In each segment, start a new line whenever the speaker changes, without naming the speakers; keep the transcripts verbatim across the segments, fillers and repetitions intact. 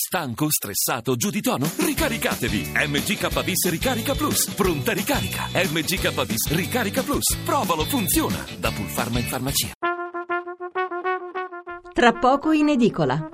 Stanco, stressato, giù di tono? Ricaricatevi! M G K Bis Ricarica Plus. Pronta ricarica. M G K Bis Ricarica Plus. Provalo, funziona. Da Pulpharma in farmacia.
Tra poco in edicola.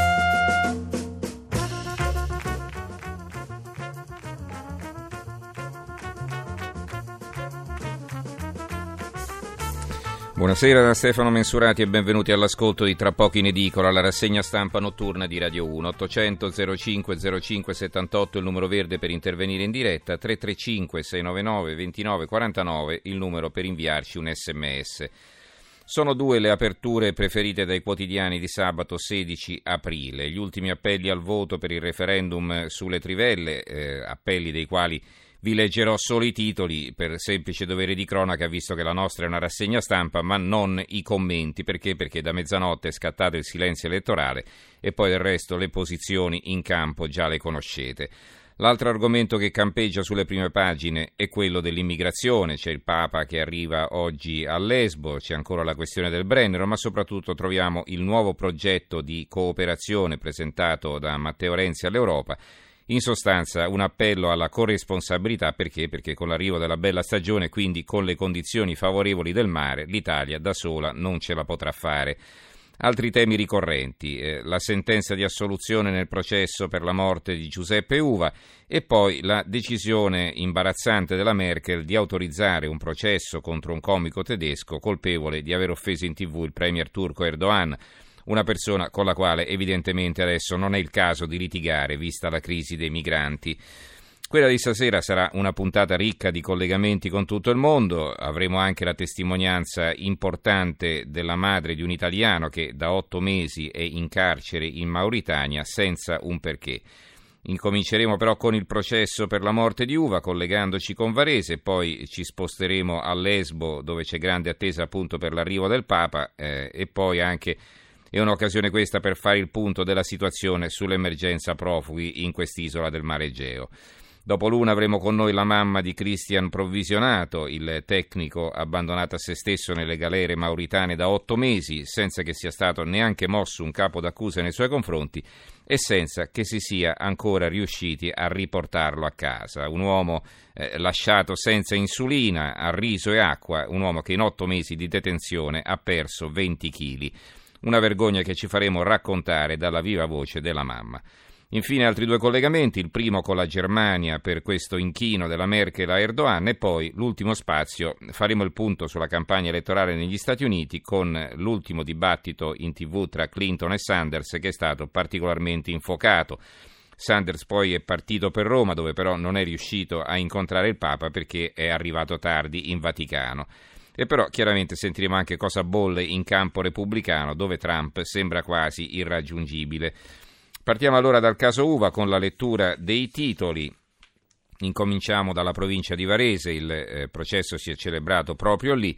Buonasera da Stefano Mensurati e benvenuti all'ascolto di Tra poco in edicola, la rassegna stampa notturna di Radio uno. ottocento zero cinque zero cinque settantotto il numero verde per intervenire in diretta, tre tre cinque sei nove nove due nove quattro nove il numero per inviarci un sms. Sono due le aperture preferite dai quotidiani di sabato sedici aprile. Gli ultimi appelli al voto per il referendum sulle trivelle, eh, appelli dei quali vi leggerò solo i titoli per semplice dovere di cronaca, visto che la nostra è una rassegna stampa, ma non i commenti. Perché? Perché da mezzanotte è scattato il silenzio elettorale e poi del resto le posizioni in campo già le conoscete. L'altro argomento che campeggia sulle prime pagine è quello dell'immigrazione. C'è il Papa che arriva oggi a Lesbo, c'è ancora la questione del Brennero, ma soprattutto troviamo il nuovo progetto di cooperazione presentato da Matteo Renzi all'Europa. In sostanza un appello alla corresponsabilità, perché? Perché con l'arrivo della bella stagione, quindi con le condizioni favorevoli del mare, l'Italia da sola non ce la potrà fare. Altri temi ricorrenti, eh, la sentenza di assoluzione nel processo per la morte di Giuseppe Uva e poi la decisione imbarazzante della Merkel di autorizzare un processo contro un comico tedesco colpevole di aver offeso in tv il premier turco Erdogan, una persona con la quale evidentemente adesso non è il caso di litigare, vista la crisi dei migranti. Quella di stasera sarà una puntata ricca di collegamenti con tutto il mondo. Avremo anche la testimonianza importante della madre di un italiano che da otto mesi è in carcere in Mauritania senza un perché. Incominceremo però con il processo per la morte di Uva, collegandoci con Varese, poi ci sposteremo a Lesbo, dove c'è grande attesa appunto per l'arrivo del Papa, eh, e poi anche è un'occasione questa per fare il punto della situazione sull'emergenza profughi in quest'isola del Mar Egeo. Dopo l'una avremo con noi la mamma di Christian Provvisionato, il tecnico abbandonato a se stesso nelle galere mauritane da otto mesi, senza che sia stato neanche mosso un capo d'accusa nei suoi confronti e senza che si sia ancora riusciti a riportarlo a casa. Un uomo eh, lasciato senza insulina, a riso e acqua, un uomo che in otto mesi di detenzione ha perso venti chili. Una vergogna che ci faremo raccontare dalla viva voce della mamma. Infine altri due collegamenti, il primo con la Germania per questo inchino della Merkel a Erdogan e poi l'ultimo spazio, faremo il punto sulla campagna elettorale negli Stati Uniti con l'ultimo dibattito in tv tra Clinton e Sanders che è stato particolarmente infuocato. Sanders poi è partito per Roma, dove però non è riuscito a incontrare il Papa perché è arrivato tardi in Vaticano. E però chiaramente sentiremo anche cosa bolle in campo repubblicano, dove Trump sembra quasi irraggiungibile. Partiamo allora dal caso Uva con la lettura dei titoli. Incominciamo dalla provincia di Varese, il eh, processo si è celebrato proprio lì.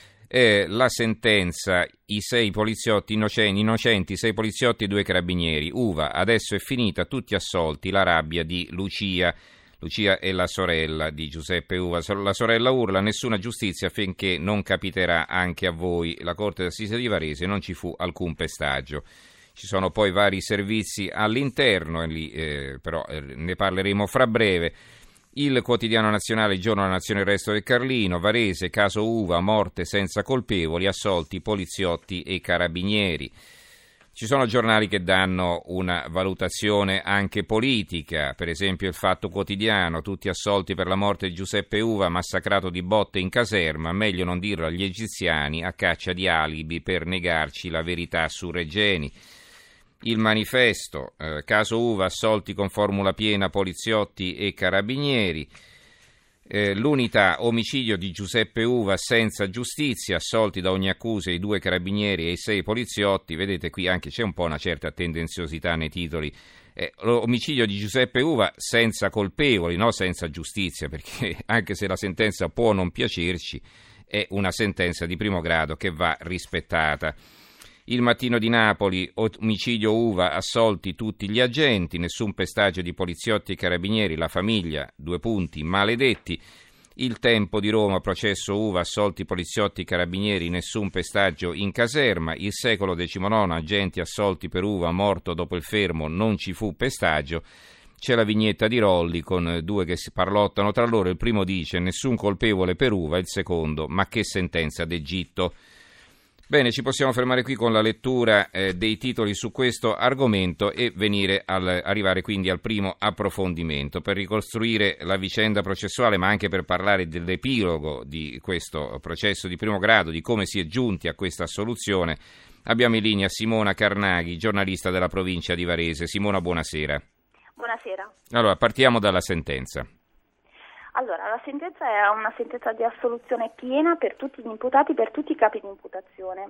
Eh, la sentenza, i sei poliziotti innocenti, innocenti, sei poliziotti e due carabinieri. Uva, adesso è finita, tutti assolti, la rabbia di Lucia. Lucia è la sorella di Giuseppe Uva. La sorella urla: nessuna giustizia finché non capiterà anche a voi. La Corte d'Assise di Varese non ci fu alcun pestaggio. Ci sono poi vari servizi all'interno, e lì, eh, però eh, ne parleremo fra breve. Il quotidiano nazionale, il giorno della nazione, il resto del Carlino. Varese, caso Uva, morte senza colpevoli, assolti poliziotti e carabinieri. Ci sono giornali che danno una valutazione anche politica, per esempio il Fatto Quotidiano, tutti assolti per la morte di Giuseppe Uva, massacrato di botte in caserma, meglio non dirlo agli egiziani, a caccia di alibi per negarci la verità su Regeni. Il Manifesto, eh, caso Uva, assolti con formula piena poliziotti e carabinieri. Eh, L'Unità, omicidio di Giuseppe Uva senza giustizia, assolti da ogni accusa i due carabinieri e i sei poliziotti. Vedete qui anche c'è un po' una certa tendenziosità nei titoli. Eh, omicidio di Giuseppe Uva senza colpevoli, no senza giustizia, perché anche se la sentenza può non piacerci, è una sentenza di primo grado che va rispettata. Il Mattino di Napoli, omicidio Uva, assolti tutti gli agenti, nessun pestaggio di poliziotti e carabinieri, la famiglia, due punti, maledetti. Il Tempo di Roma, processo Uva, assolti poliziotti carabinieri, nessun pestaggio in caserma. Il Secolo diciannove, agenti assolti per Uva, morto dopo il fermo, non ci fu pestaggio. C'è la vignetta di Rolli con due che si parlottano tra loro. Il primo dice nessun colpevole per Uva, il secondo ma che sentenza d'Egitto. Bene, ci possiamo fermare qui con la lettura eh, dei titoli su questo argomento e venire al, arrivare quindi al primo approfondimento per ricostruire la vicenda processuale, ma anche per parlare dell'epilogo di questo processo di primo grado, di come si è giunti a questa soluzione. Abbiamo in linea Simona Carnaghi, giornalista della provincia di Varese. Simona, buonasera.
Buonasera.
Allora, partiamo dalla sentenza.
Allora, la sentenza è una sentenza di assoluzione piena per tutti gli imputati, per tutti i capi di imputazione.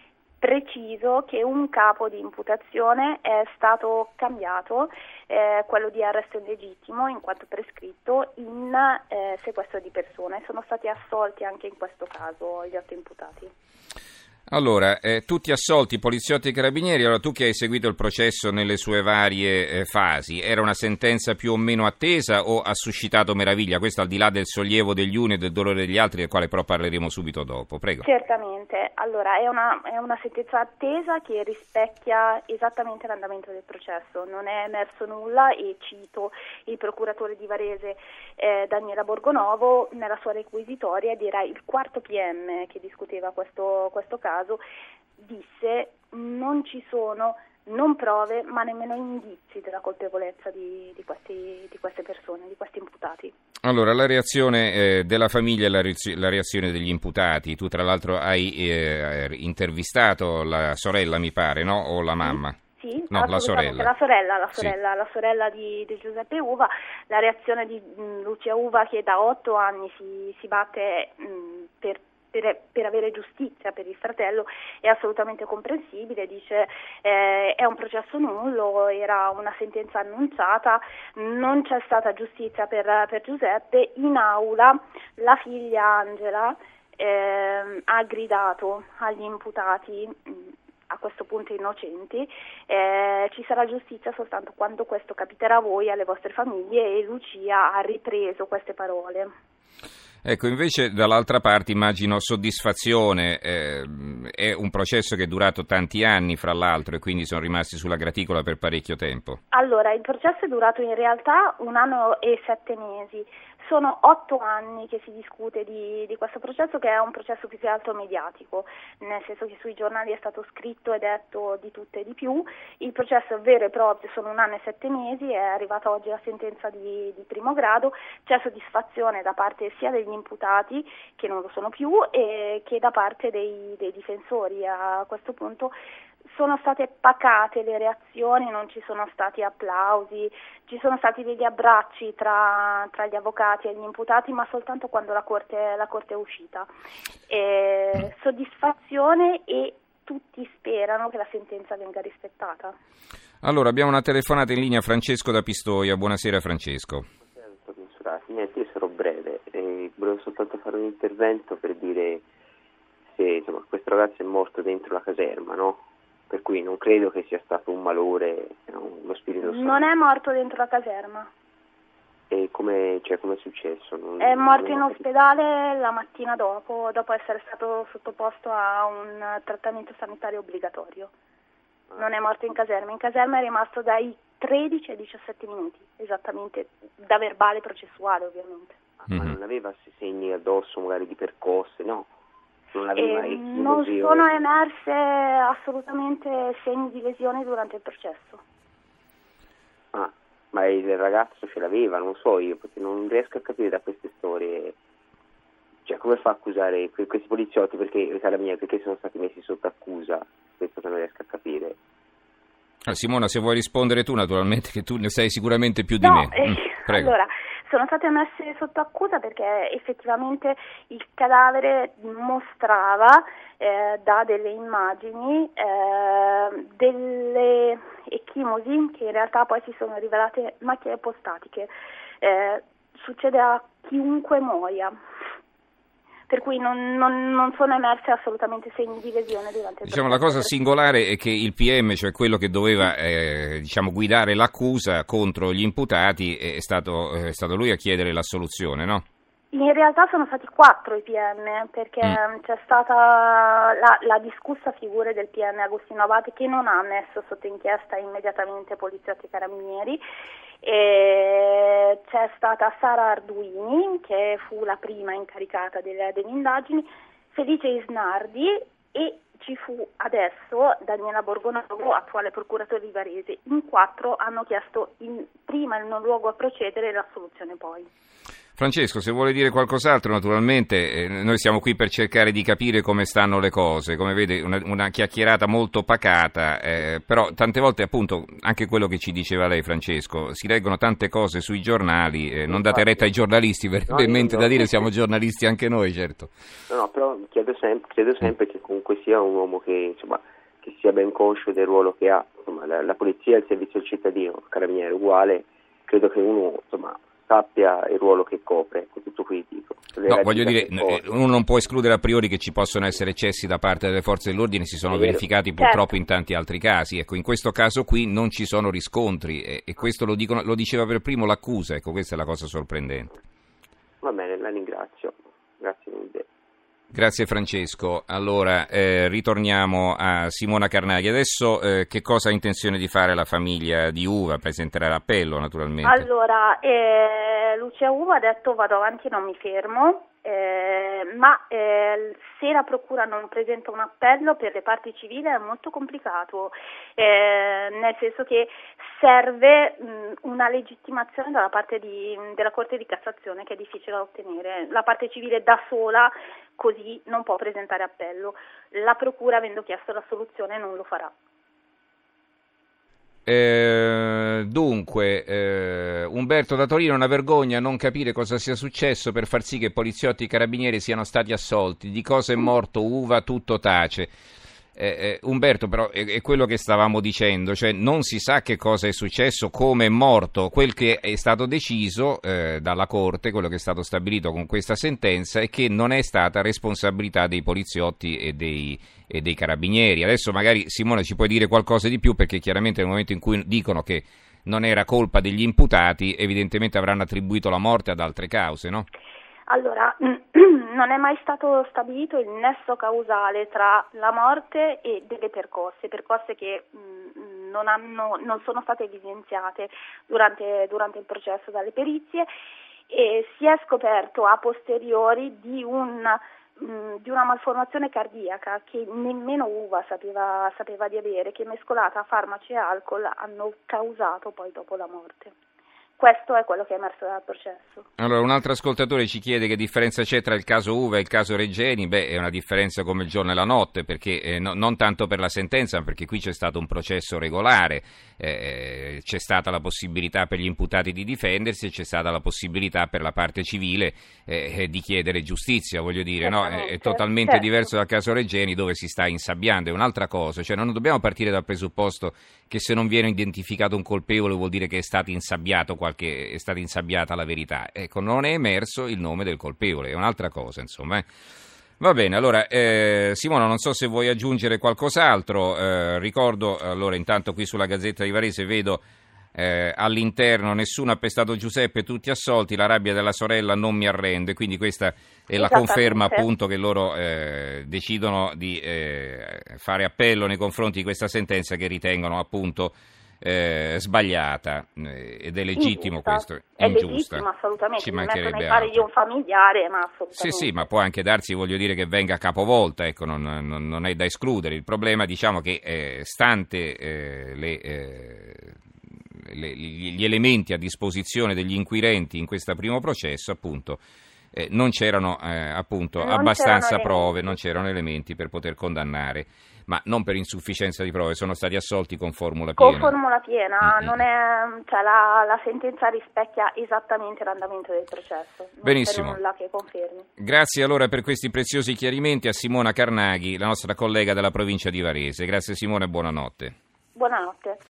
Preciso che un capo di imputazione è stato cambiato, eh, quello di arresto illegittimo, in quanto prescritto, in eh, sequestro di persone. Sono stati assolti anche in questo caso gli otto imputati.
Allora, eh, tutti assolti, poliziotti e carabinieri. Allora, tu che hai seguito il processo nelle sue varie eh, fasi, era una sentenza più o meno attesa o ha suscitato meraviglia? Questo al di là del sollievo degli uni e del dolore degli altri, del quale però parleremo subito dopo. Prego.
Certamente. Allora, è una, è una sentenza attesa che rispecchia esattamente l'andamento del processo. Non è emerso nulla e cito il procuratore di Varese, eh, Daniela Borgonovo, nella sua requisitoria, ed era il quarto P M che discuteva questo, questo caso. Disse non ci sono non prove ma nemmeno indizi della colpevolezza di, di, questi, di queste persone, di questi imputati.
Allora, la reazione eh, della famiglia e la, re- la reazione degli imputati. Tu tra l'altro hai eh, intervistato la sorella, mi pare, no? O la mamma?
Sì,
no, la sorella.
La sorella, la sorella,
sì.
la sorella di, di Giuseppe Uva. La reazione di mh, Lucia Uva, che da otto anni si, si batte mh, per Per, per avere giustizia per il fratello, è assolutamente comprensibile. Dice eh, è un processo nullo, era una sentenza annunciata, non c'è stata giustizia per, per Giuseppe. In aula la figlia Angela eh, ha gridato agli imputati, a questo punto innocenti, eh, ci sarà giustizia soltanto quando questo capiterà a voi, alle vostre famiglie, e Lucia ha ripreso queste parole.
Ecco, invece dall'altra parte immagino soddisfazione, eh, è un processo che è durato tanti anni fra l'altro e quindi sono rimasti sulla graticola per parecchio tempo.
Allora, il processo è durato in realtà un anno e sette mesi. Sono otto anni che si discute di, di questo processo, che è un processo più che altro mediatico, nel senso che sui giornali è stato scritto e detto di tutto e di più. Il processo vero e proprio sono un anno e sette mesi, è arrivata oggi la sentenza di, di primo grado. C'è soddisfazione da parte sia degli imputati, che non lo sono più, e che da parte dei, dei difensori. A questo punto sono state pacate le reazioni, non ci sono stati applausi, ci sono stati degli abbracci tra, tra gli avvocati e gli imputati, ma soltanto quando la corte, la corte è uscita. E soddisfazione, e tutti sperano che la sentenza venga rispettata.
Allora, abbiamo una telefonata in linea, Francesco da Pistoia. Buonasera Francesco.
Niente, io sarò breve, eh, volevo soltanto fare un intervento per dire se insomma, questo ragazzo è morto dentro la caserma, no? Per cui non credo che sia stato un malore, uno spirito santo.
Non è morto dentro la caserma.
E come, cioè, come è successo? Non,
è morto
non
in ospedale la mattina dopo, dopo essere stato sottoposto a un trattamento sanitario obbligatorio. Ah. Non è morto in caserma. In caserma è rimasto dai tredici ai diciassette minuti, esattamente, da verbale processuale ovviamente.
Ah, mm-hmm. Ma non aveva segni addosso magari di percosse, no? Non, aveva
eh, non sono emerse assolutamente segni di lesioni durante il processo.
Ah, ma il ragazzo ce l'aveva, non so io, perché non riesco a capire da queste storie, cioè come fa a accusare questi poliziotti, perché cara mia, perché sono stati messi sotto accusa, questo che non riesco a capire.
Ah, Simona, se vuoi rispondere tu, naturalmente, che tu ne sai sicuramente più di
no,
me.
Eh,
mm, prego.
Allora, sono state messe sotto accusa perché effettivamente il cadavere mostrava eh, da delle immagini eh, delle ecchimosi che in realtà poi si sono rivelate macchie apostatiche. Eh, succede a chiunque muoia. Per cui non, non, non sono emerse assolutamente segni di lesione durante il
diciamo,
processo.
La cosa singolare è che il P M, cioè quello che doveva eh, diciamo, guidare l'accusa contro gli imputati, è stato, è stato lui a chiedere l'assoluzione, no?
In realtà sono stati quattro i P M, perché mm. c'è stata la, la discussa figura del P M Agostino Abate, che non ha messo sotto inchiesta immediatamente poliziotti e carabinieri, e c'è stata Sara Arduini, che fu la prima incaricata delle, delle indagini, Felice Isnardi, e ci fu adesso Daniela Borgonovo, attuale procuratore di Varese. In quattro hanno chiesto in, prima il non luogo a procedere e l'assoluzione poi.
Francesco, se vuole dire qualcos'altro, naturalmente eh, noi siamo qui per cercare di capire come stanno le cose, come vede una, una chiacchierata molto pacata, eh, però tante volte appunto anche quello che ci diceva lei, Francesco, si leggono tante cose sui giornali, eh, non date retta ai giornalisti, verrebbe no, in mente no. da dire siamo giornalisti anche noi, certo.
No, no però chiedo sempre, chiedo sempre che comunque sia un uomo che, insomma, che sia ben conscio del ruolo che ha, insomma, la, la polizia è il servizio al cittadino, il carabiniere uguale, credo che uno, insomma, sappia il ruolo che copre, tutto qui dico.
No, voglio dire, uno non può escludere a priori che ci possono essere eccessi da parte delle forze dell'ordine, si sono verificati purtroppo in tanti altri casi, ecco, in questo caso qui non ci sono riscontri e, e questo lo, dicono, lo diceva per primo l'accusa, ecco, questa è la cosa sorprendente.
Va bene, la ringrazio, grazie mille.
Grazie Francesco. Allora, eh, ritorniamo a Simona Carnaghi. Adesso eh, che cosa ha intenzione di fare la famiglia di Uva? Presenterà l'appello naturalmente.
Allora, eh, Lucia Uva ha detto vado avanti e non mi fermo, eh, ma eh, se la procura non presenta un appello per le parti civili è molto complicato, eh, nel senso che serve mh, una legittimazione dalla parte di, della Corte di Cassazione che è difficile da ottenere. La parte civile da sola così non può presentare appello. La procura, avendo chiesto la soluzione, non lo farà.
Eh, dunque, eh, Umberto da Torino, una vergogna non capire cosa sia successo per far sì che poliziotti e carabinieri siano stati assolti. Di cosa è morto Uva tutto tace. Eh, eh, Umberto, però è, è quello che stavamo dicendo, cioè non si sa che cosa è successo, come è morto. Quel che è stato deciso eh, dalla Corte, quello che è stato stabilito con questa sentenza, è che non è stata responsabilità dei poliziotti e dei, e dei carabinieri. Adesso magari Simone ci puoi dire qualcosa di più, perché chiaramente nel momento in cui dicono che non era colpa degli imputati, evidentemente avranno attribuito la morte ad altre cause, no?
Allora, non è mai stato stabilito il nesso causale tra la morte e delle percosse, percosse che mh, non, hanno, non sono state evidenziate durante, durante il processo dalle perizie, e si è scoperto a posteriori di, un, mh, di una malformazione cardiaca che nemmeno Uva sapeva, sapeva di avere, che mescolata a farmaci e alcol hanno causato poi dopo la morte. Questo è quello che è emerso dal processo. Allora,
un altro ascoltatore ci chiede che differenza c'è tra il caso Uva e il caso Regeni. Beh, è una differenza come il giorno e la notte, perché eh, no, non tanto per la sentenza, ma perché qui c'è stato un processo regolare, eh, c'è stata la possibilità per gli imputati di difendersi e c'è stata la possibilità per la parte civile eh, di chiedere giustizia, voglio dire, no? È, è totalmente certo. diverso dal caso Regeni, dove si sta insabbiando, è un'altra cosa, cioè non dobbiamo partire dal presupposto che se non viene identificato un colpevole vuol dire che è stato insabbiato qualche, è stata insabbiata la verità. Ecco, non è emerso il nome del colpevole, è un'altra cosa, insomma. Eh. Va bene, allora, eh, Simona, non so se vuoi aggiungere qualcos'altro. Eh, ricordo, allora, intanto qui sulla Gazzetta di Varese vedo eh, all'interno nessuno ha pestato Giuseppe, tutti assolti, la rabbia della sorella non mi arrende, quindi questa è la conferma appunto che loro eh, decidono di eh, fare appello nei confronti di questa sentenza che ritengono appunto eh, sbagliata eh, ed è legittimo ingiusta. Questo,
è
ingiusta.
Legittimo, assolutamente,
ci
mi metto nei
altro.
panni di un familiare, ma assolutamente.
Sì, sì, ma può anche darsi, voglio dire, che venga capovolta, ecco, non, non, non è da escludere. Il problema, diciamo, che eh, stante eh, le... Eh, Le, gli elementi a disposizione degli inquirenti in questo primo processo, appunto, eh, non c'erano eh, appunto
non
abbastanza
c'erano
prove,
elementi.
non c'erano elementi per poter condannare, ma non per insufficienza di prove, sono stati assolti con formula piena.
Con formula piena, mm-hmm. non è, cioè la, la sentenza rispecchia esattamente l'andamento del processo. Non
Benissimo.
c'è nulla che confermi.
Grazie allora per questi preziosi chiarimenti a Simona Carnaghi, la nostra collega della provincia di Varese. Grazie Simona e buonanotte.
Buonanotte.